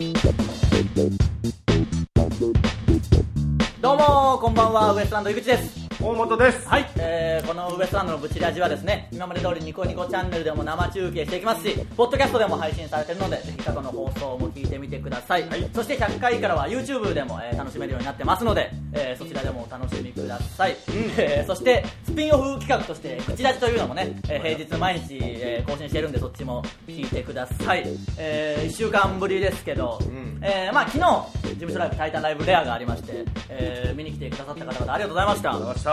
どうもこんばんは、ウエストランド井口です。 大本です。 はい、このウエストランドのブチラジはですね、今まで通りニコニコチャンネルでも生中継していきますし、ポッドキャストでも配信されているので、ぜひ過去の放送も聞いてみてください。はい、そして100回からは YouTube でも、楽しめるようになってますので、そちらでもお楽しみください。そしてスピンオフ企画としてブチラジというのもね、平日毎日、更新しているんで、そっちも聞いてください。1週間ぶりですけど、まあ昨日事務所ライブタイタンライブレアがありまして、見に来てくださった方々ありがとうございました。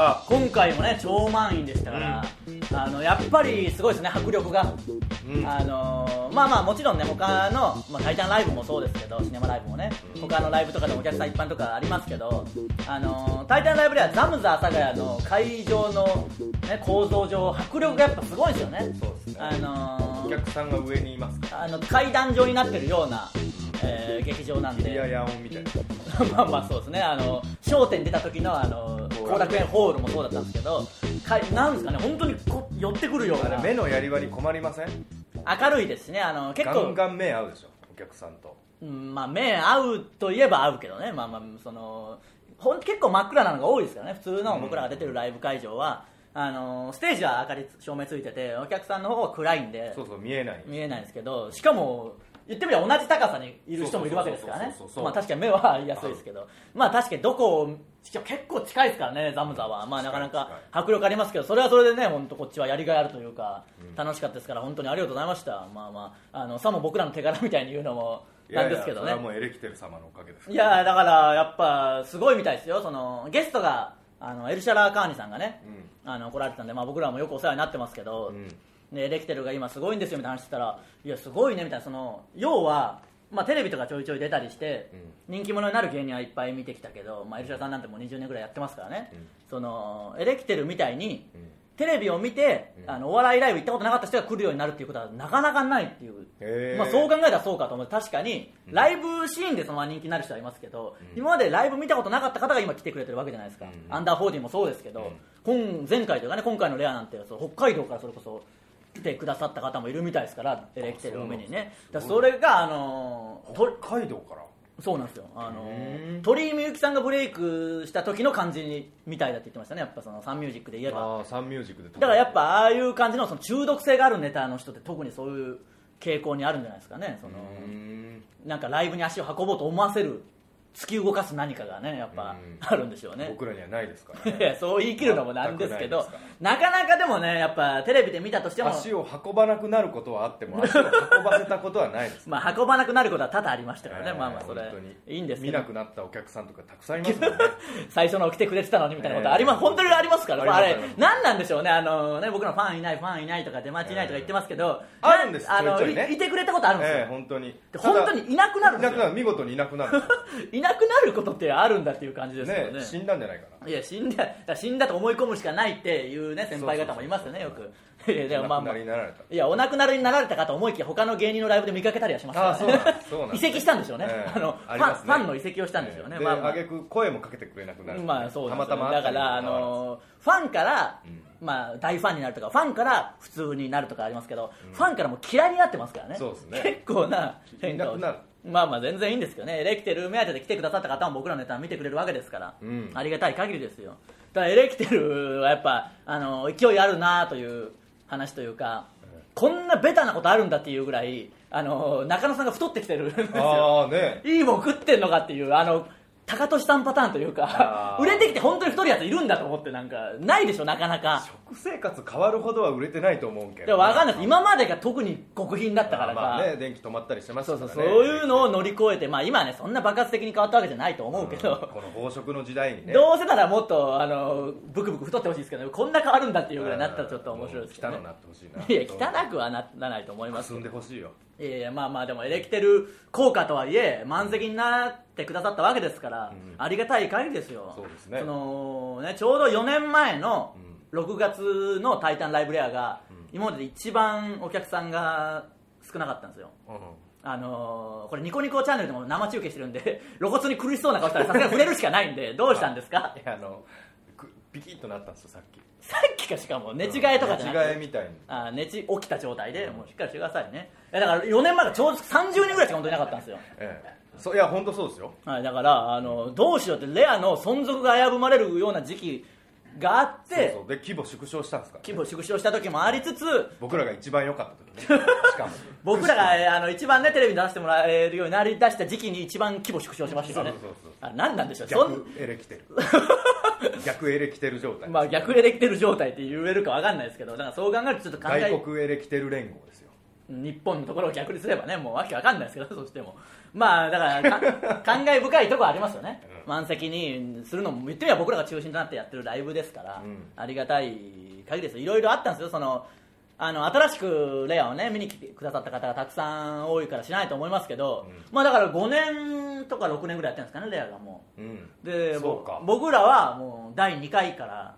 今回もね超満員でしたから、やっぱりすごいですね、迫力が。まあもちろんね、他の、タイタンライブもそうですけど、シネマライブもね、他のライブとかでもお客さん一般とかありますけど、タイタンライブではザムザ阿佐ヶ谷の会場の、ね、構造上迫力がやっぱすごいですよね。 そうですね、お客さんが上にいますから、階段状になってるような、劇場なんで、 いややおんみたいなまあそうですね、笑点出た時の後楽園ホールもそうだったんですけど、なんですかね、本当に寄ってくるような。 目のやり場に困りません？ 明るいですしね、結構ガンガン目合うでしょ、お客さんと。 まあ目合うといえば合うけどね、結構真っ暗なのが多いですからね。普通の僕らが出てるライブ会場は、ステージは明かり照明ついてて、お客さんの方は暗いんで、 そう見えないんですけど、しかも言ってみれば同じ高さにいる人もいるわけですからね。まあ確かに目は合いやすいですけど、まあ確かにどこを結構近いですからね、ザムザは。まあなかなか迫力ありますけど、それはそれでね、本当こっちはやりがいあるというか、楽しかったですから、本当にありがとうございました。さも僕らの手柄みたいに言うのもなんですけどね。 いやいや、それはもうエレキテル様のおかげです。 いやだからやっぱすごいみたいですよ。ゲストがエルシャラーカーニさんがね、来られてたんで、僕らもよくお世話になってますけど、でエレキテルが今すごいんですよみたいな話してたら、いやすごいねみたいな、要はテレビとかちょいちょい出たりして、人気者になる芸人はいっぱい見てきたけど、エルシャラさんなんてもう20年ぐらいやってますからね、エレキテルみたいに、テレビを見て、お笑いライブ行ったことなかった人が来るようになるっていうことはなかなかないっていう、そう考えたらそうかと思って、確かにライブシーンでその人気になる人はいますけど、今までライブ見たことなかった方が今来てくれてるわけじゃないですか。アンダー4ーもそうですけど、前回というかね、今回のレアなんて北海道からそれこそ来てくださった方もいるみたいですから、エレキテルを見にね。それが北海道から。 そうなんですよ。鳥居みゆきさんがブレイクした時の感じみたいだって言ってましたね。やっぱサンミュージックで言えば。 サンミュージックで。 だからやっぱああいう感じの中毒性があるネタの人って特にそういう傾向にあるんじゃないですかね。なんかライブに足を運ぼうと思わせる、突き動かす何かがね、やっぱあるんでしょうね。 僕らにはないですからね。 いやそう言い切るのもなんですけど、なかなかでもね、やっぱテレビで見たとしても足を運ばなくなることはあっても、足を運ばせたことはないです。 運ばなくなることは多々ありましたからね。それいいんですけど、 見なくなったお客さんとかたくさんいますもんね。 最初の来てくれてたのにみたいなことあります、本当にありますから。あれ何なんでしょうね。僕のファンいないとか出待ちいないとか言ってますけど、 あるんです。 いてくれたことあるんですよ。 本当にいなくなるんですよ。 見事にいなくなる。 いなくなることってあるんだっていう感じですよね。 死んだんじゃないかな。 いや死んだと思い込むしかないっていうね、先輩方もいますよね、よく。お亡くなりになられたかと思いきや、他の芸人のライブで見かけたりはしますからね。移籍したんでしょうね。ファンの移籍をしたんでしょうね。 挙句声もかけてくれなくなる。 そうです。 たまたまだからファンから大ファンになるとか、ファンから普通になるとかありますけど、ファンからも嫌いになってますからね。 そうですね。 結構な変化を。 いなくなる。 全然いいんですけどね。エレキテル目当てで来てくださった方も僕らのネタを見てくれるわけですから、ありがたい限りですよ。ただエレキテルはやっぱ勢いあるなという話というか、こんなベタなことあるんだっていうぐらい中野さんが太ってきてるんですよ。いいもん食ってんのかっていう高俊さんパターンというか、売れてきて本当に太るやついるんだと思って、なんかないでしょ、なかなか。 食生活変わるほどは売れてないと思うけど、 分かんないです。今までが特に極貧だったからか、 電気止まったりしてましたからね。 そういうのを乗り越えて、今はねそんな爆発的に変わったわけじゃないと思うけど、 この飽食の時代にね、 どうせならもっとブクブク太ってほしいですけど、こんな変わるんだっていうぐらいになったらちょっと面白いですけどね。 汚くなってほしいな。 いや汚くはならないと思います。 進んでほしいよ。 でもエレキテル効果とはいえ満席になってくださったわけですから、ありがたい限りですよ。 そうですね。 ちょうど4年前の6月のタイタンライブレアが、今までで一番お客さんが少なかったんですよ。これニコニコチャンネルでも生中継してるんで露骨に苦しそうな顔したらさすがに触れるしかないんで、どうしたんですか？ ピキッとなったんですよさっきかしかも寝違いとかじゃなくて、 寝違いみたいに起きた状態でもうしっかりしてくださいね。だから4年前がちょうど30人ぐらいしか本当にいなかったんですよ。 いや本当そうですよ。 はい、だからどうしようってレアの存続が危ぶまれるような時期があって、 そうで規模縮小したんですか、 規模縮小した時もありつつ、 僕らが一番良かった時ねしかも僕らが一番ねテレビに出してもらえるようになりだした時期に一番規模縮小しましたよね。何なんでしょう、 逆エレキテル逆エレキテル状態、 まあ逆エレキテル状態って言えるか分かんないですけど、だからそう考えるとちょっと外国エレキテル連合ですよ。 日本のところを逆にすればね、もうわけわかんないですけど、そしてもまあだから感慨深いところありますよね、満席にするのも言ってみれば僕らが中心となってやってるライブですから、ありがたい限りです。いろいろあったんですよ。新しくレアをね見に来てくださった方がたくさん多いからしないと思いますけど、まあだから5年とか6年ぐらいやってるんですかね、レアがもう、で僕らはもう第2回から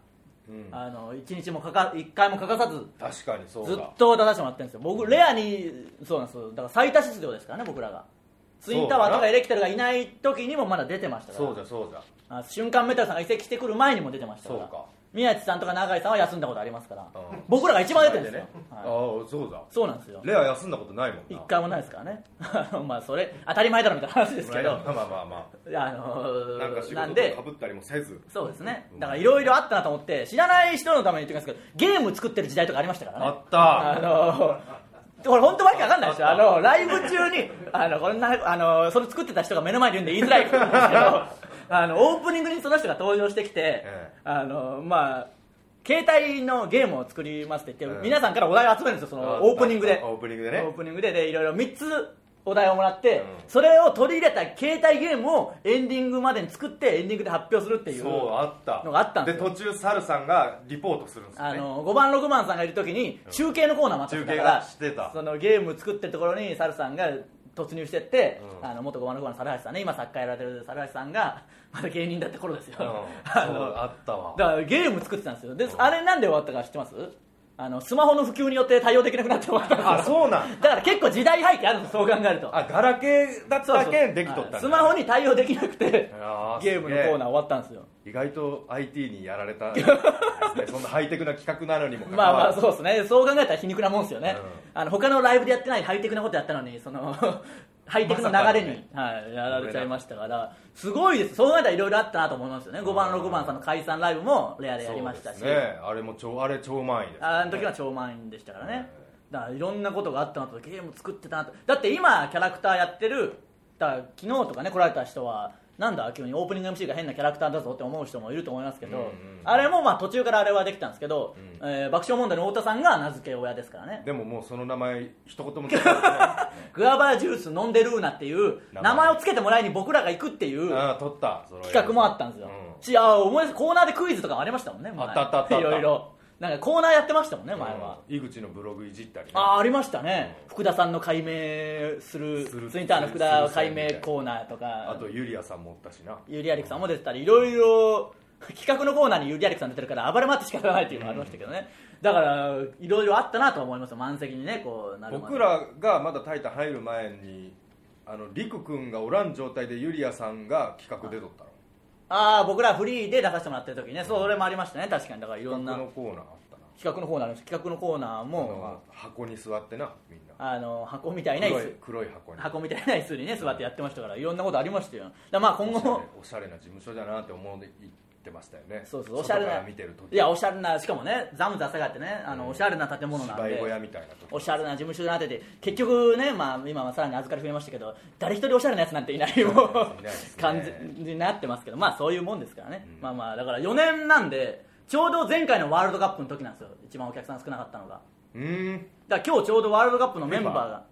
1日も1回も欠かさず確かにそうずっと出させてもらってるんですよ。僕レアにそうなんですよ。だから最多出場ですからね、僕らがツインタワーとかエレキテルがいない時にもまだ出てましたから。 そうだ瞬間メタルさんが移籍してくる前にも出てましたから。宮地さんとか永井さんは休んだことありますから、僕らが一番出てるんですよ。そうなんですよ。 レア休んだことないもんな、 1回もないですからねまあそれ当たり前だろみたいな話ですけど、 まあなんか仕事とかぶったりもせず、 そうですね。だからいろいろあったなと思って、知らない人のために言ってますけど、ゲーム作ってる時代とかありましたからね。 あったこれ本当わけわかんないですよ。ライブ中にこんなそれ作ってた人が目の前にいるんで言いづらいんですけどオープニングにその人が登場してきて、まあ携帯のゲームを作りますって言って、皆さんからお題を集めるんですよ、そのオープニングで。 オープニングでいろいろ3つお題をもらって、それを取り入れた携帯ゲームをエンディングまでに作ってエンディングで発表するっていうのがあったんですよ。 で途中サルさんがリポートするんですよね。 5番6番さんがいる時に中継のコーナーもあったんですから、 してたそのゲーム作ってるところにサルさんが突入してって、元5番6番の猿橋さんね、今作家やられてる猿橋さんがまだ芸人だった頃ですよ、 あったわ。 だからゲーム作ってたんですよ。であれなんで終わったか知ってます？スマホの普及によって対応できなくなって終わったんですよ。 あ、そうなんだから結構時代背景あるんです、そう考えると。 ガラケーだったけんできとったんだ。 スマホに対応できなくてゲームのコーナー終わったんですよ。 意外と IT にやられたそんなハイテクな企画なのにもまあそうですね。そう考えたら皮肉なもんですよね、他のライブでやってないハイテクなことやったのに、そのハイテクの流れに、やられちゃいましたから、すごいです。そう考えたらいろいろあったなと思いますよね。5番6番さんの解散ライブもレアでやりましたし、 あれ超満員です、 あの時は超満員でしたからね、だからいろんなことがあったなと、ゲーム作ってたなと。だって今キャラクターやってる、だから昨日とかね来られた人はなんだ急にオープニング MC が変なキャラクターだぞって思う人もいると思いますけど、あれもまあ途中からあれはできたんですけど、爆笑問題の太田さんが名付け親ですからね。 でももうその名前一言も使ってないグアバジュース飲んでルーナっていう名前をつけてもらいに僕らが行くっていう撮った企画もあったんですよ、思い出す。コーナーでクイズとかもありましたもんね、前。 あったいろいろなんかコーナーやってましたもんね、前は。 井口のブログいじったり、ね、 ありましたね、福田さんの解明するツイッターの福田解明コーナーとか、 あとユリアさんもおったしな、 ユリアリクさんも出てたり、いろいろ企画のコーナーにユリアリクさん出てるから暴れ回って仕方ないっていうのがありましたけどね、だからいろいろあったなと思いますよ、満席にねこうなるまで。 僕らがまだタイタン入る前にリク君がおらん状態でユリアさんが企画出とったの。 僕らフリーで出させてもらってる時ね、それもありましたね、確かに。だからいろんな企画のコーナーあったな。 企画のコーナーありました。企画のコーナーも箱に座ってな、みんな箱みたいな椅子、 黒い箱みたいな椅子にね座ってやってましたから、いろんなことありましたよ。だまあ今後もおしゃれな事務所だなって思って言ってましたよね。 そうおしゃれな、 見てる時、 いやおしゃれな、しかもねザムザサガってねおしゃれな建物なんで、 芝居小屋みたいなおしゃれな事務所になってて、結局ね、まあ今はさらに預かり増えましたけど、誰一人おしゃれなやつなんていないもう感じになってますけど、まあそういうもんですからね、まあだから4年なんで、ちょうど前回のワールドカップの時なんですよ、一番お客さん少なかったのが。だから今日ちょうどワールドカップのメンバーが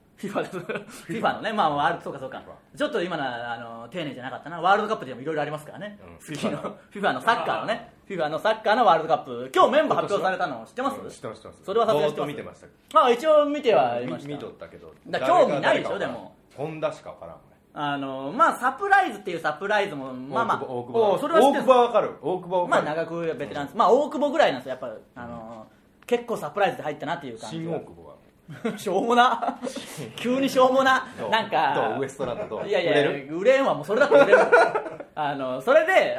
FIFA のね、まあそうかちょっと今の丁寧じゃなかったな。ワールドカップでもいろいろありますからね、次の FIFA のサッカーのね、FIFA のサッカーのワールドカップ、今日メンバー発表されたの知ってます？ 知ってます。 それはさすがに知ってます。 見てました。 一応見てはいました。 見とったけど興味ないでしょ。でも本田しか分からん。 まあサプライズっていうサプライズもまあ大久保それは知ってる。 大久保は分かる。大久保まあ長くベテランです。まあ大久保ぐらいなんですよ、やっぱ結構サプライズで入ったなっていう感じ。 新大久保はしょうもな急にしょうもななんかウエストランドといや売れんわもうそれだと売れるそれで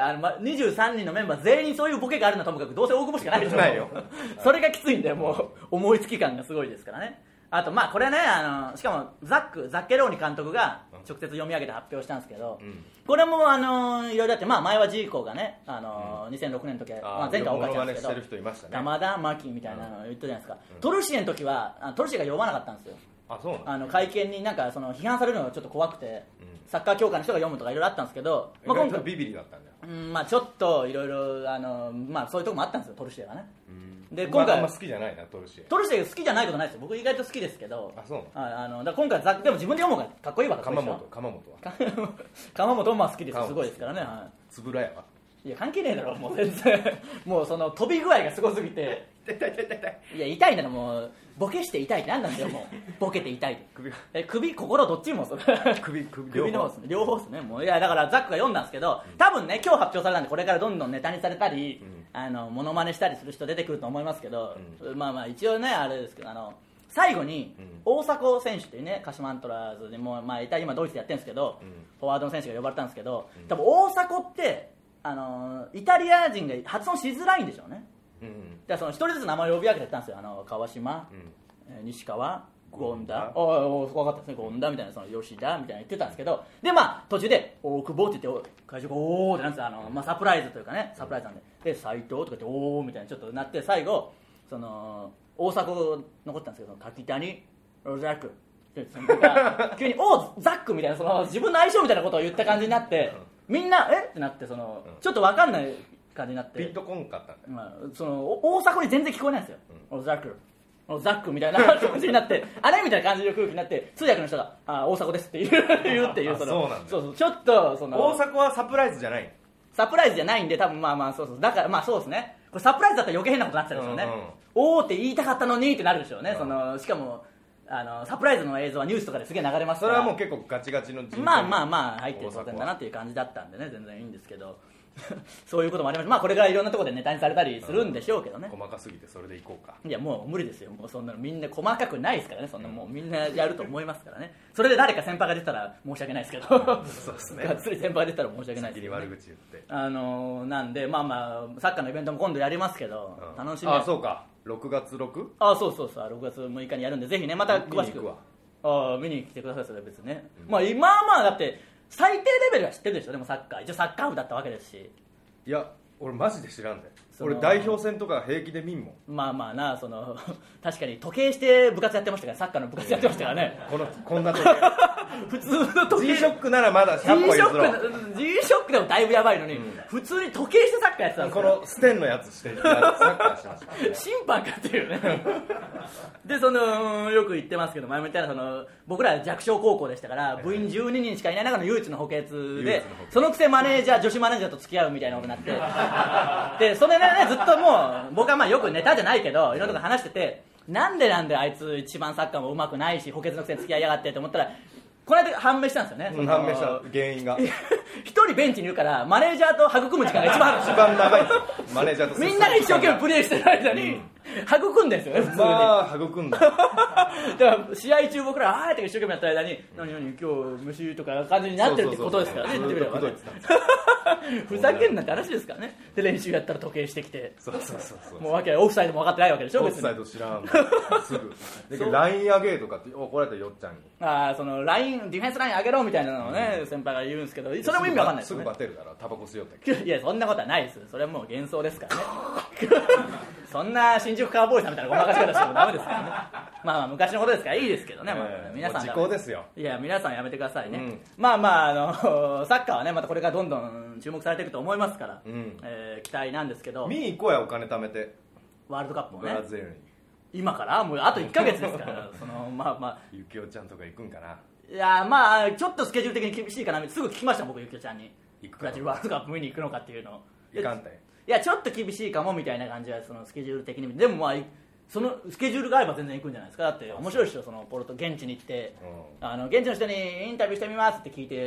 23人のメンバー全員そういうボケがあるのはともかくどうせ大久保しかないでしょないよそれがきついんでもう思いつき感がすごいですからね。あとこれねしかもザッケローニ監督が直接読み上げて発表したんですけど、これもいろいろあって、前はジーコがね2006年の時は、前回岡ちゃんですけど玉田真希みたいなの言ったじゃないですか、トルシエの時はトルシエが読まなかったんですよ。会見にその批判されるのがちょっと怖くて、サッカー協会の人が読むとかいろいろあったんですけど、 今回ビビリだったんだよ。 ちょっといろいろそういうとこもあったんですよトルシエがね。 で今回あんま好きじゃないなトルシエ好きじゃないことないですよ。僕意外と好きですけど、 そうだから今回でも自分で読む方がかっこいいわけですよ。 鎌本は鎌本も好きですよ。すごいですからね。 つぶらやわ。 いや関係ねえだろもう全然もうその飛び具合がすごすぎていや痛いんだろもうボケして痛いってなんなんだよもうボケて痛い首心どっちもそれ首の方ですね両方ですね。もういやだからザックが読んだんですけど、多分ね今日発表されたんでこれからどんどんネタにされたり、モノマネしたりする人出てくると思いますけど、一応ねあれですけど最後に大迫選手っていうね鹿島アントラーズでも今ドイツでやってるんですけど、フォワードの選手が呼ばれたんですけど、多分大迫ってイタリア人が発音しづらいんでしょうね。だからその一人ずつ名前を呼び上げてったんですよ。川島、西川、権田、分かったですね、権田みたいな、その吉田みたいな言ってたんですけど、で途中で大久保って言って会場がおーってなんですよ。サプライズというかね、サプライズなんで斉藤とか言っておーみたいなちょっとなって、最後その大迫残ったんですけど、柿谷ザック急におーザックみたいなその自分の相性みたいなことを言った感じになって、みんなえってなってちょっと分かんない感じになって、 ピンとこんかったんだ、 その大迫に全然聞こえないんですよ。ザックみたいな感じになってあれみたいな感じの空気になって、通訳の人が大迫ですって言うっていうそうちょっと大迫はサプライズじゃない、 サプライズじゃないんで、多分そうだからそうですね、これサプライズだったら余計変なことになってたでしょうね。おーって言いたかったのにってなるでしょうね。しかもサプライズの映像はニュースとかですげえ流れますから、 それはもう結構ガチガチの人入ってる当然だなっていう感じだったんでね、全然いいんですけどそういうこともありました。これからいろんなところでネタにされたりするんでしょうけどね。 細かすぎてそれでいこうか。 いやもう無理ですよ。もうそんなのみんな細かくないですからね。そんなもうみんなやると思いますからね。それで誰か先輩が出たら申し訳ないですけどそうですね、 がっつり先輩が出たら申し訳ないですけど、ね、 悪口言ってなんでサッカーのイベントも今度やりますけど、楽しみ。 そうか、6月 6？ そう6月6日にやるんで、ぜひねまた詳しく見に来てください。それは別にね、今だって最低レベルは知ってるでしょ。でもサッカー一応サッカー部だったわけですし。 いや俺マジで知らんで、俺代表戦とか平気で見んもん。 確かに時計して部活やってましたから、サッカーの部活やってましたからねこんな時計普通の時計 G-SHOCK ならまだ100歩譲ろう。 G-SHOCK でもだいぶやばいのに、普通に時計してサッカーやってたんですよ。 このステンのやつしてサッカーしてました審判かっていうねでよく言ってますけど、前も言ったような僕ら弱小高校でしたから部員12人しかいない中の唯一の補欠で、そのくせマネージャー女子マネージャーと付き合うみたいなことになってでそれねずっともう僕はよくネタじゃないけどいろんなとこ話してて、なんであいつ一番サッカーも上手くないし補欠のくせに付き合いやがってと思ったら、この間判明したんですよね。 判明した原因が一人ベンチにいるからマネージャーと育む時間が一番長いんですよマネージャーとみんなが一生懸命プレーしてる間に、育んでるんですよね、普通に。 育んだだから試合中僕らあーって一生懸命やった間に何今日虫とか感じになってるってことですからね。ふざけんなって話ですからね。で練習やったら時計してきて、もうわけオフサイドも分かってないわけでしょ。 オフサイド知らんすぐライン上げとかって怒られたよっちゃんに、 そのラインディフェンスライン上げろみたいなのをね、先輩が言うんですけど、それも意味わかんないですよね。 すぐバテるからタバコ吸いよったっけ。 いやそんなことはないです。それはもう幻想ですからねそんな新宿カーボーイさんみたいなごまかし方してもダメですからね昔のことですからいいですけどね、皆さん時効ですよ。 いや皆さんやめてくださいね、サッカーはねまたこれからどんどん注目されていくと思いますから、期待なんですけど、 見に行こうや、お金貯めてワールドカップもね、 ブラジルに今からもうあと1ヶ月ですからゆきおちゃんとか行くんかな。 いやちょっとスケジュール的に厳しいかな。すぐ聞きました僕ゆきおちゃんに、ブラジルワールドカップ見に行くのかっていうのを。 いかんて、 いやちょっと厳しいかもみたいな感じはそのスケジュール的に。でもそのスケジュールがあれば全然行くんじゃないですか。だって面白いでしょ、その現地に行って、現地の人にインタビューしてみますって聞いて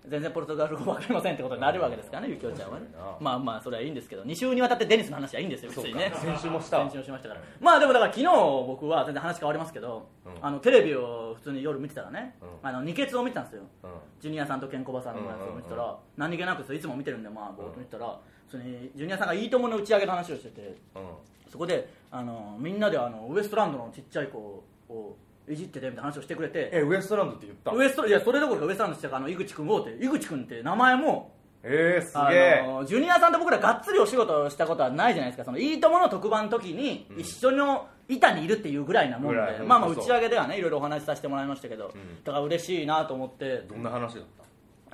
全然ポルトガル語わかりませんってことになるわけですからね、ゆきおちゃんはね。まあまあそれはいいんですけど、2週にわたってデニスの話はいいんですよ、普通にね。 先週もした先週もしましたから。まあでもだから昨日僕は全然話変わりますけど、テレビを普通に夜見てたらね、二血を見てたんですよ、ジュニアさんとケンコバさんのやつを見てたら、何気なくいつも見てるんで、まあぼーっと見てたら、そのジュニアさんがいいともの打ち上げの話をしてて、そこでみんなでウエストランドのちっちゃい子をいじっててみたいな話をしてくれて、 ウエストランドって言ったの？いやそれどころかウエストランドって言った井口くんをって、井口くんって名前もすげえ。 ジュニアさんと僕らがっつりお仕事をしたことはないじゃないですか。そのいいともの特番の時に一緒の板にいるっていうぐらいなもんで、まあまあ打ち上げではねいろいろお話しさせてもらいましたけど、だから嬉しいなと思って。 どんな話だった？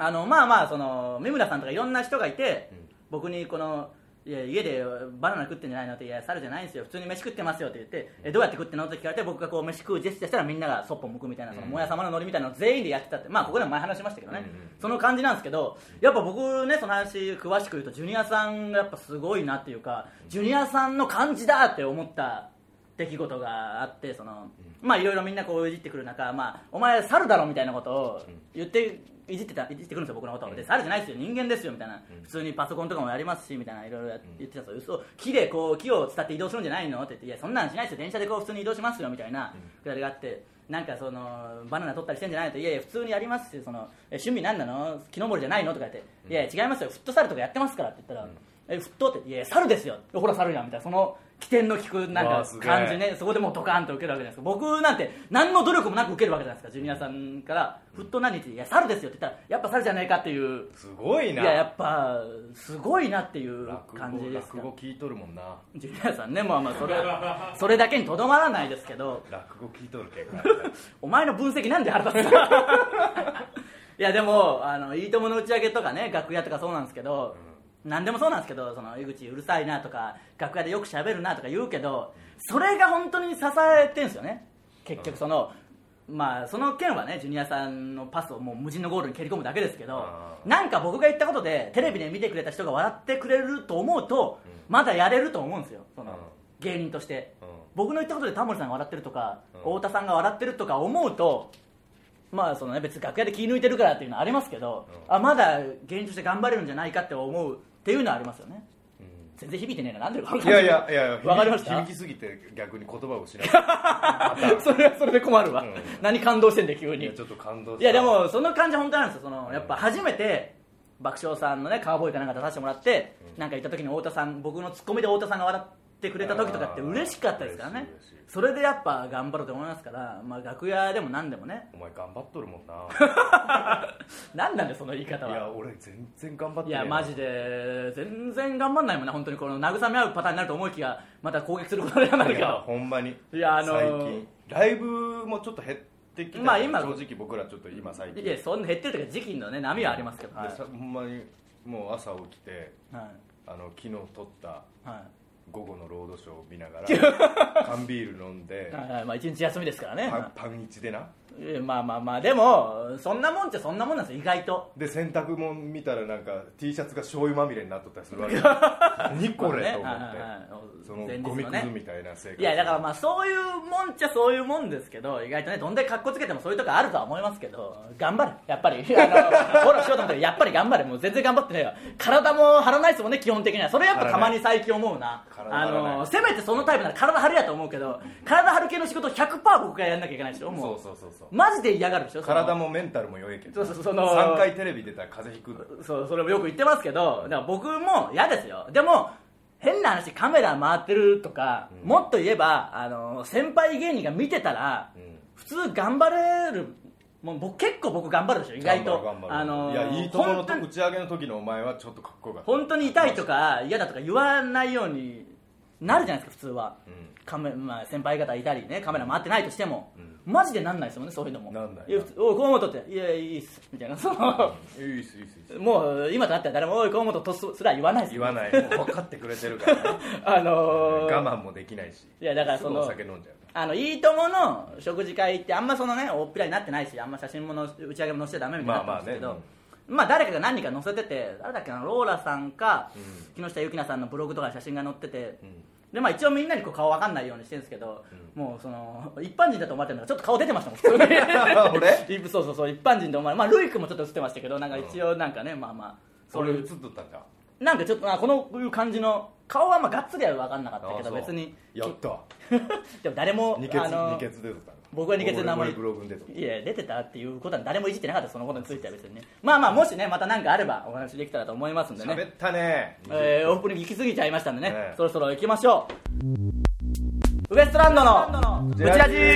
まあまあその三村さんとかいろんな人がいて、僕にこのいや家でバナナ食ってんじゃないのって、いや猿じゃないんですよ、普通に飯食ってますよって言って、どうやって食ってんのって聞かれて、僕がこう飯食うジェスチャーしたらみんながそっぽ向くみたいな、そのもや様のノリみたいなのを全員でやってたって、まあここでも前話しましたけどね、その感じなんですけど、やっぱ僕ねその話詳しく言うとジュニアさんがやっぱすごいなっていうか、ジュニアさんの感じだって思った出来事があって、そのまあいろいろみんなこういじってくる中、まあお前猿だろみたいなことを言っていじってくるんですよ、僕のことで。猿じゃないですよ、人間ですよみたいな、普通にパソコンとかもやりますしみたいな、いろいろ言ってたんですよ。木でこう木を伝って移動するんじゃないのって言って、いやそんなんしないですよ、電車でこう普通に移動しますよみたいなくだりがあって、なんかそのバナナ取ったりしてんじゃないのって、いやいや普通にやりますし、その趣味なんなの、木登りじゃないのとか言って、いやいや違いますよ、フットサルとかやってますからって言ったら、フットって、いや猿ですよ、ほら猿やんみたいな、その起点の利くなんか感じね、そこでもうドカーンと受けるわけじゃないですか。僕なんて何の努力もなく受けるわけじゃないですか。ジュニアさんからフット何って、いや猿ですよって言ったら、やっぱ猿じゃないかっていう、 すごいな、 いややっぱすごいなっていう感じですか。 落語聞いとるもんなジュニアさんね。まあまあそれだけにとどまらないですけど、 落語聞いとるけんお前の分析なんで腹立つかいやでもいいともの打ち上げとかね、楽屋とかそうなんですけど、何でもそうなんですけど、その井口うるさいなとか楽屋でよく喋るなとか言うけど、それが本当に支えてんですよね結局。そのまあその件はね、ジュニアさんのパスをもう無人のゴールに蹴り込むだけですけど、なんか僕が言ったことでテレビで見てくれた人が笑ってくれると思うと、まだやれると思うんですよ、その芸人として。僕の言ったことでタモリさんが笑ってるとか太田さんが笑ってるとか思うと、まあそのね、別に楽屋で気抜いてるからっていうのはありますけど、まだ芸人として頑張れるんじゃないかって思うっていうのはありますよね。全然響いてねえな、なんで分かる。いや分かりました。 響きすぎて逆に言葉を失うそれはそれで困るわ、何感動してんで急に。 いやちょっと感動した。 いやでもその感じは本当なんですよ。そのやっぱ初めて爆笑さんのねカーボーイかなんか出させてもらって、なんか行った時に太田さん、僕のツッコミで太田さんが笑ってくれた時とかって嬉しかったですからね。それでやっぱ頑張ろうと思いますから、まあ楽屋でも何でもね。 お前頑張っとるもんな何なんでその言い方は。 いや俺全然頑張ってない。いやマジで全然頑張んないもんね、本当に。この慰め合うパターンになると思いきやまた攻撃することになるけど、 ほんまに。 いや最近ライブもちょっと減ってきた、まあ、今正直僕らちょっと今最近、 いやそんな減ってるというか時期のね波はありますけど、 ほんまにもう朝起きて、 はい、 昨日撮った、 はい、 午後のロードショーを見ながら缶ビール飲んでまあ、一日休みですからね、 パン一でな。 まあまあまあ、でもそんなもんってそんなもんなんですよ意外と。 で洗濯物見たらなんか T シャツが醤油まみれになっとったりするわけ何これと思って、そのゴミくずみたいな生活。 いやだからまあそういうもんっちゃそういうもんですけど、意外とねどんだけカッコつけてもそういうとこあるとは思いますけど、頑張れやっぱりフォローしようと思ってやっぱり頑張れ。もう全然頑張ってないよ。体も張らないですもんね基本的には。それやっぱたまに最近思うな。せめてそのタイプなら体張るやと思うけど、体張る系の仕事を 100% 僕がやんなきゃいけないでしょ。もうそうマジで嫌がるでしょ。 体もメンタルも弱いけど、 その3回テレビ出たら風邪ひく。 それもよく言ってますけど、だから僕も嫌ですよ。でも変な話、カメラ回ってるとか、もっと言えば先輩芸人が見てたら、普通頑張れる。もう結構僕頑張るでしょ意外と。 いやいいところの打ち上げの時のお前はちょっとかっこよかった。 本当に痛いとか嫌だとか言わないようになるじゃないですか普通は。まあ、先輩方いたりね、カメラ回ってないとしても、マジでなんないですもんね、そういうのも。 なんない。 おい河本って、いやいいっすみたいな、そのいいっすもう今となっては誰もおい河本とすら言わないです。 言わない。もう分かってくれてるからね。我慢もできないし。 いやだからそのお酒飲んじゃう。 いいともの食事会ってあんまそのね大っぴらになってないし、あんま写真も打ち上げも載せちゃダメみたいになってますけど、まあ誰かが何人か載せてて、誰だっけな、ローラさんか木下ゆきなさんのブログとか写真が載ってて、 でまあ一応みんなにこう顔わかんないようにしてるんですけど、もうその一般人だと思われてるのがちょっと顔出てましたもん普通に俺そう一般人と思われ、まあルイ君もちょっと映ってましたけど、なんか一応なんかね、まあまあそれ映っとったんだ。 なんかちょっとこのいう感じの顔はまあがっつりは分かんなかったけど、別にやったでも誰も二血出とった。 僕は二血で名前ブログに出とった。 いや出てたっていうことは誰もいじってなかった、そのことについては別にね。まあまあもしねまた何かあればお話できたらと思いますんでね。 喋ったね。 オープニング行き過ぎちゃいましたんでね、そろそろ行きましょう。ウエストランドのブチラジ。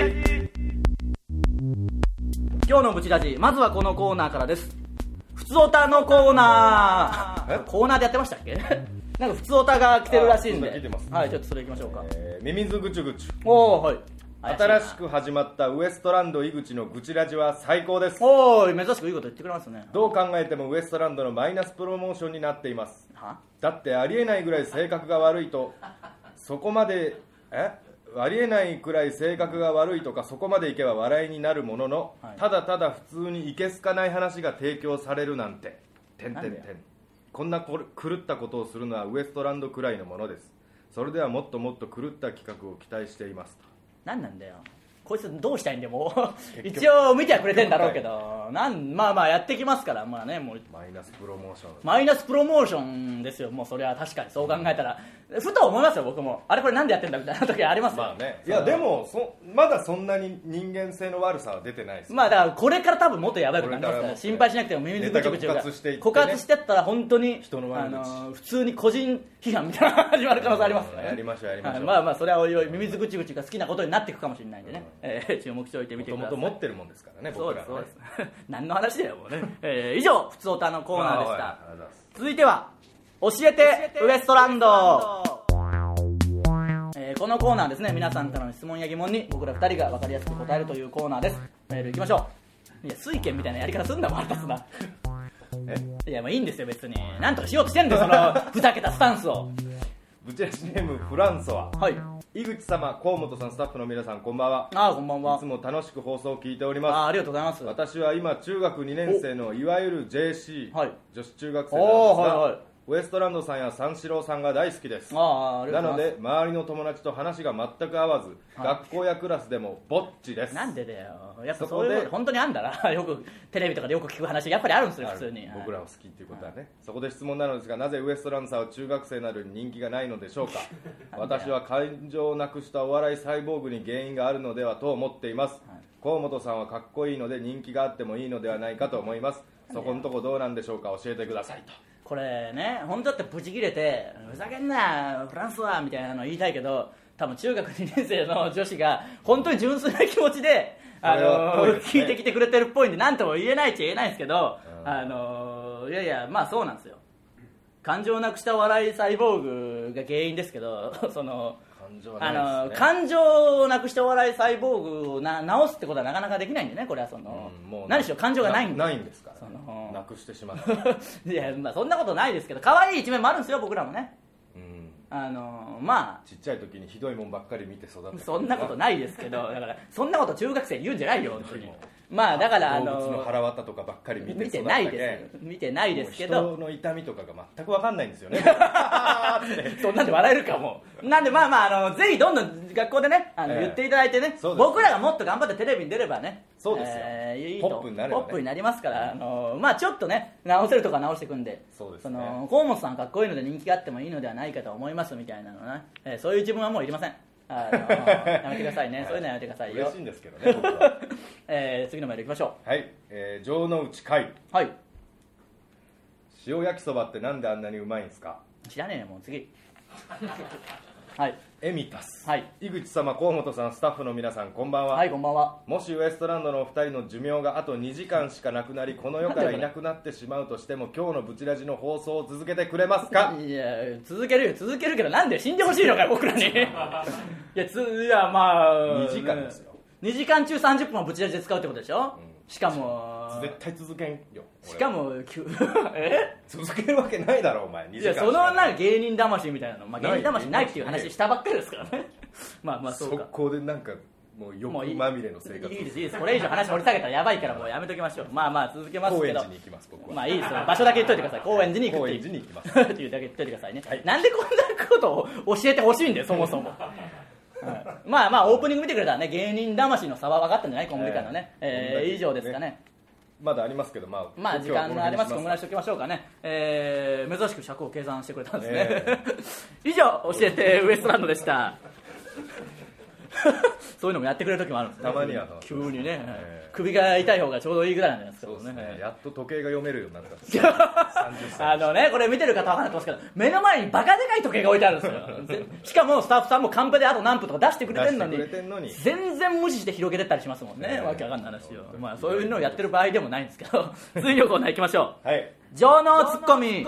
今日のブチラジ、まずはこのコーナーからです。ふつおたのコーナー。コーナーでやってましたっけなんかふつおたが来てるらしいんで、はい、ちょっとそれ行きましょうか。 ミミズぐちゅぐちゅ。 おー、はい。 新しく始まったウエストランド井口のブチラジは最高です。 おー、珍しくいいこと言ってくれますね。 どう考えてもウエストランドのマイナスプロモーションになっています。だってありえないぐらい性格が悪いとそこまでありえないくらい性格が悪いとかそこまでいけば笑いになるものの、ただただ普通にいけすかない話が提供されるなんてこんな狂ったことをするのはウエストランドくらいのものです。それではもっともっと狂った企画を期待していますと。 何なんだよこいつ、どうしたいんでも一応見てはくれてんだろうけど、まあまあやってきますから、まあね、もうマイナスプロモーション、 マイナスプロモーションですよ。もうそれは確かにそう考えたら、ふと思いますよ僕も。あれこれなんでやってんだみたいな時ありますよ。 まあね、いやでもまだそんなに人間性の悪さは出てないです。 まあだからこれから多分もっとやばいことになりますから、心配しなくても。耳ぐちぐちが枯渇してったら本当に人の悪口、 普通に個人批判みたいなのが始まる可能性ありますからね。 やりましょうまあまあそれはおいおい、ミミズぐちぐちが好きなことになっていくかもしれないんでね、注目しておいてみてください。 もともと持ってるもんですからね、僕らはね。 そうです何の話だよもうね。以上ふつおたのコーナーでした。続いては教えてウエストランド。このコーナーですね、皆さんからの質問や疑問に僕ら2人が分かりやすく答えるというコーナーです。メールいきましょう。いや水拳みたいなやり方すんだもん、腹立つな。いやまあいいんですよ別に。なんとかしようとしてんだよそのふざけたスタンスを。 ブチラジネームフランソワ。 はい。 井口様、河本さん、スタッフの皆さん、こんばんは。 こんばんは。 いつも楽しく放送を聞いております。 ありがとうございます。 私は今中学2年生のいわゆる JC、女子中学生なんですが、ウエストランドさんや三四郎さんが大好きです。なので周りの友達と話が全く合わず、学校やクラスでもぼっちです。 なんでだよ。やっぱそういうこと本当にあんだな。よくテレビとかでよく聞く話やっぱりあるんですよ普通に。 僕らも好きっていうことはね。そこで質問なのですが、なぜウエストランドさんは中学生などに人気がないのでしょうか。私は感情をなくしたお笑いサイボーグに原因があるのではと思っています。河本さんはかっこいいので人気があってもいいのではないかと思います。そこのとこどうなんでしょうか、教えてくださいと。 これね、本当だってブチ切れてふざけんなフランスはみたいなの言いたいけど、多分中学2年生の女子が本当に純粋な気持ちで聞いてきてくれてるっぽいんで、何とも言えないっちゃ言えないんですけど、いやいやまあそうなんですよ。感情をなくした笑いサイボーグが原因ですけど、その感情をなくしたお笑いサイボーグを直すってことはなかなかできないんでね、これはその、何しろ感情がないんですから、なくしてしまったいやまあそんなことないですけど、可愛い一面もあるんですよ僕らもね。まあちっちゃい時にひどいもんばっかり見て育って、 そんなことないですけど、だからそんなこと中学生言うんじゃないよ本当に。まあだから動物の腹渡とかばっかり見て育ったけ、 見てないですけど、 人の痛みとかが全く分かんないんですよねそんなんで笑えるかも。なんでまあまあぜひどんどん学校でね言っていただいてね、僕らがもっと頑張ってテレビに出ればね、 そうですよ、ポップになればね、 ポップになりますから、まあちょっとね直せるとか直していくんで、 そうですね、 河本さんかっこいいので人気があってもいいのではないかと思いますみたいなのね、そういう自分はもういりません。やめてくださいね、そういうのやめてくださいよ。 嬉しいんですけどね僕は次のメールいきましょう。はい、城之内海。 はい。 塩焼きそばってなんであんなにうまいんですか。 知らねえよもう次はい。 エミタス。 はい。 井口様、河本さん、スタッフの皆さん、こんばんは。 はい、こんばんは。 もしウエストランドのお二人の寿命があと2時間しかなくなり、この世からいなくなってしまうとしても、今日のブチラジの放送を続けてくれますか。 いや続けるけど、なんで死んでほしいのかよ僕らにいやまあ 2時間ですよ。 2時間中30分はブチラジで使うってことでしょ、しかも絶対続けんよ。 しかも続けるわけないだろお前。2時間いやそのなんか芸人魂みたいなの、まあ、芸人魂ないっていう話したばっかりですからねまあまあそうか。 速攻でなんかもう欲まみれの生活。 いいですこれ以上話掘り下げたらやばいからもうやめときましょう。まあ続けますけど、 高円寺に行きます僕は。 まあいいですよ、場所だけ言っといてください。高円寺に行くっていう、 高円寺に行きますっていうだけ言っといてくださいね、はい、なんでこんなことを教えてほしいんだよそもそもまあオープニング見てくれたらね、芸人魂の差は分かったんじゃない、コンビ間のね、以上ですかね。 まだありますけど、まあ時間があります。このぐらいしておきましょうかね。珍しく尺を計算してくれたんですね、以上教えてウエストランドでしたそういうのもやってくれる時もあるんですね、 たまには急にね、首が痛い方がちょうどいいぐらいなんですけどね。 そうですね、やっと時計が読めるようになったね、これ見てる方は分かってますけど、目の前にバカでかい時計が置いてあるんですよしかもスタッフさんもカンペであと何分とか出してくれてんのに全然無視して広げてったりしますもんね、わけわかんない話を。まあそういうのをやってる場合でもないんですけど次のコーナー行きましょう。情能ツッコミ。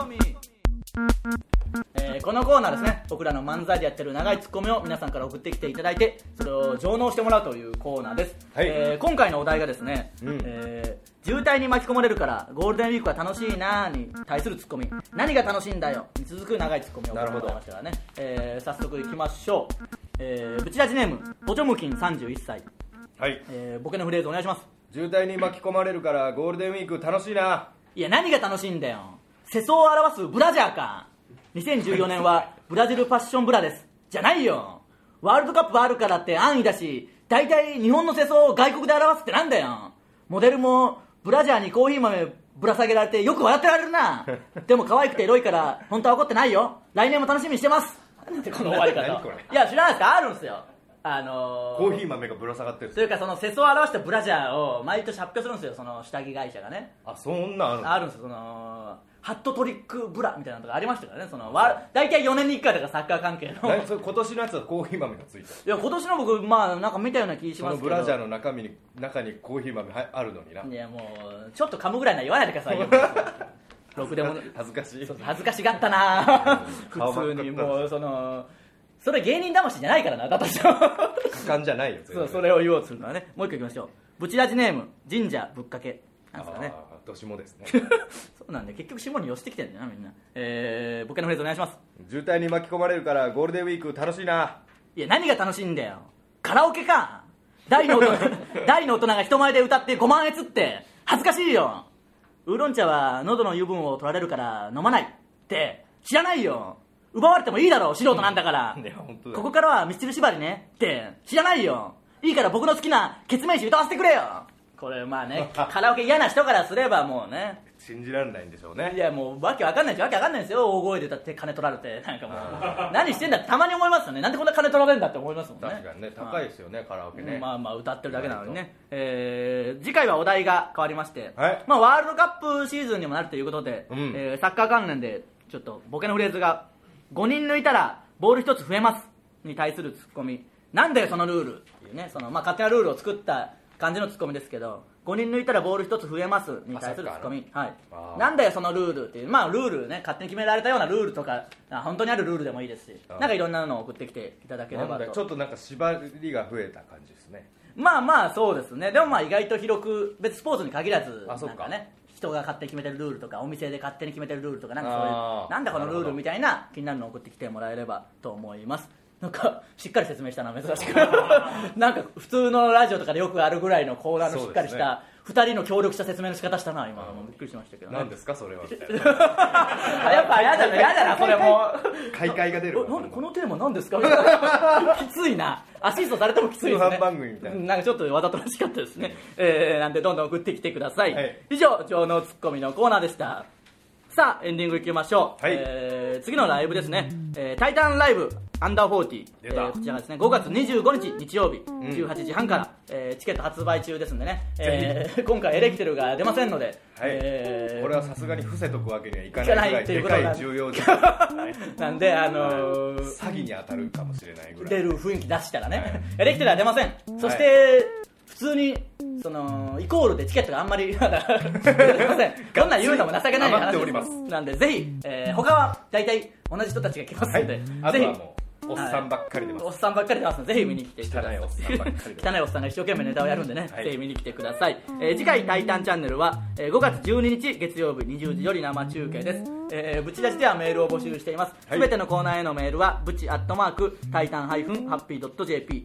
このコーナーですね、僕らの漫才でやってる長いツッコミを皆さんから送ってきていただいて、それを上納してもらうというコーナーです、今回のお題がですね、渋滞に巻き込まれるからゴールデンウィークは楽しいなーに対するツッコミ、何が楽しいんだよに続く長いツッコミを送ってもらいましたからね、早速いきましょう。ブチラジネームポチョムキン31歳、ボケのフレーズお願いします。 渋滞に巻き込まれるからゴールデンウィーク楽しいな。 いや何が楽しいんだよ、世相を表すブラジャーか。2014年はブラジルファッションブラですじゃないよ。ワールドカップあるからって安易だし、大体日本の世相を外国で表すってなんだよ。モデルもブラジャーにコーヒー豆ぶら下げられてよく笑ってられるなでも可愛くてエロいから本当は怒ってないよ。来年も楽しみにしてます。なんでこの終わり方いや知らないですか、あるんですよ。 コーヒー豆がぶら下がってるというか、その世相を表したブラジャーを毎年発表するんですよ、その下着会社がね。 そんなあるんですよ。そのハットトリックブラみたいなのがありましたからね。その大体4年に1回とかサッカー関係の今年のやつはコーヒー豆がついてる。 いや今年の僕なんか見たような気しますけど、 そのブラジャーの中にコーヒー豆あるのにな。 いやもうちょっと噛むぐらいな言わないでくださいよろくでも恥ずかしい。 恥ずかしがったな普通にもうそれ芸人魂じゃないからな、だとしても果敢じゃないよ。 それを言おうとするのはね。もう一個いきましょう。ブチラジネーム神社ぶっかけなんですかね。 どしもですねそうなんで結局下に寄せてきてるんだよなみんな。ボケのフレーズお願いします。 渋滞に巻き込まれるからゴールデンウィーク楽しいな。 いや何が楽しいんだよ、カラオケか。大の大人が人前で歌って5万円つって恥ずかしいよ。ウーロン茶は喉の油分を取られるから飲まないって知らないよ。奪われてもいいだろう素人なんだからここからはミスチル縛りねって知らないよ。いいから僕の好きなケツメイシ歌わせてくれよ。これまあねカラオケ嫌な人からすればもうね信じられないんでしょうね。 いやもうわけわかんないんですよ。大声で歌って金取られてなんかもう何してんだってたまに思いますよね。なんでこんな金取られるんだって思いますもんね。 確かにね、高いですよねカラオケね。 まあ歌ってるだけなのにね。次回はお題が変わりまして、ワールドカップシーズンにもなるということで、サッカー関連でちょっとボケのフレーズが5人抜いたらボール1つ増えますに対するツッコミ、なんだよそのルールっていうね、勝手なルールを作った感じのツッコミですけど、5人抜いたらボール1つ増えますに対するツッコミ、なんだよそのルールっていう、ルールね、勝手に決められたようなルールとか本当にあるルールでもいいですし、なんかいろんなのを送ってきていただければと。 ちょっとなんか縛りが増えた感じですね。 そうですね。でも意外と広く、別スポーツに限らずなんかね、人が勝手に決めてるルールとかお店で勝手に決めてるルールとかなんかそういうなんだこのルールみたいな気になるのを送ってきてもらえればと思います。なんかしっかり説明したのは珍しくなんか普通のラジオとかでよくあるぐらいのコーナーのしっかりした2人の協力した説明の仕方したな。今びっくりしましたけどね。 何ですかそれはみたいなやっぱやだなそれも開会が出る。 なんでこのテーマ何ですかみたいなきついな。アシストされてもきついですね。 番組みたいな。 なんかちょっとわざとらしかったですね。なんでどんどん送ってきてください。以上情能ツッコミのコーナーでした。さあエンディングいきましょう。次のライブですね。タイタンライブアンダー40、こちらがですね5月25日日曜日18時半から、チケット発売中ですんでね、今回エレキテルが出ませんので、 これはさすがに伏せとくわけにはいかないぐらいでかい重要事なんで詐欺に当たるかもしれないぐらい出る雰囲気出したらね、エレキテルは出ません。そして普通にイコールでチケットがあんまり出ません。こんなん言うのも情けない話なんで、ぜひ、他は大体同じ人たちが来ますので、ぜひおっさんばっかり出ます、 おっさんばっかり出ますのでぜひ見に来てください。 汚いおっさんばっかり汚いおっさんが一生懸命ネタをやるんでね、 はい、 ぜひ見に来てください。次回タイタンチャンネルは、5月12日月曜日20時より生中継です。ブチラジではメールを募集しています。すべてのコーナーへのメールはブチ@titan-happy.jp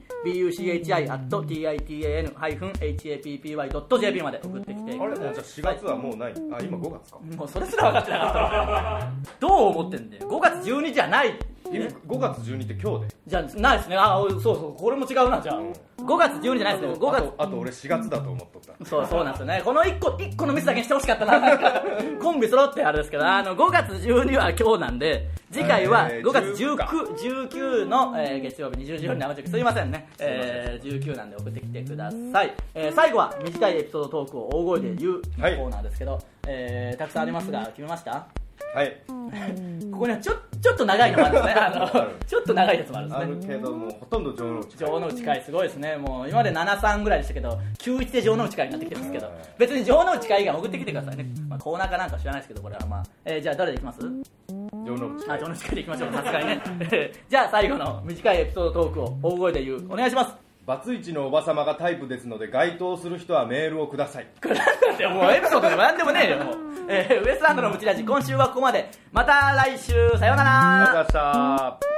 buchi@titan-happy.jp まで送ってきてください。 あれもうじゃあ4月はもうない、あ、今5月か。 もうそれすら分かってなかったどう思ってんだよ。5月12じゃない、 5月12って今日でじゃあないですね。あ、そうそう、これも違うな。じゃあ、5月12じゃないですね。5月あと俺4月だと思っとった。 そうなんですよね。この1個のミスだけにしてほしかったな。なんかコンビ揃ってあれですけど、5月12は今日なんで、次回は5月19の、月曜日20時より生中継、すいませんね、19なんで送ってきてください。最後は短いエピソードトークを大声で言うコーナーですけど、たくさんありますが決めました？ はい。 ここにはちょっと長いのもあるんですね。ちょっと長いやつもあるんですね。 あるけどもうほとんど城之内会すごいですね。もう今まで7-3ぐらいでしたけど、9-1で城之内会になってきてますけど、別に城之内会以外送ってきてくださいね。コーナーかなんか知らないですけど、これはまあ、じゃあ誰でいきます？ 城之内会でいきましょう。さすがにね。じゃあ最後の短いエピソードトークを大声で言う。お願いします。 バツイチのおばさまがタイプですので、該当する人はメールをください。 これなんだよ、もうエピソードでもなんでもねえよ、もう。ウエストランドのブチラジ、今週はここまで。また来週、さようなら。 ありがとうございました。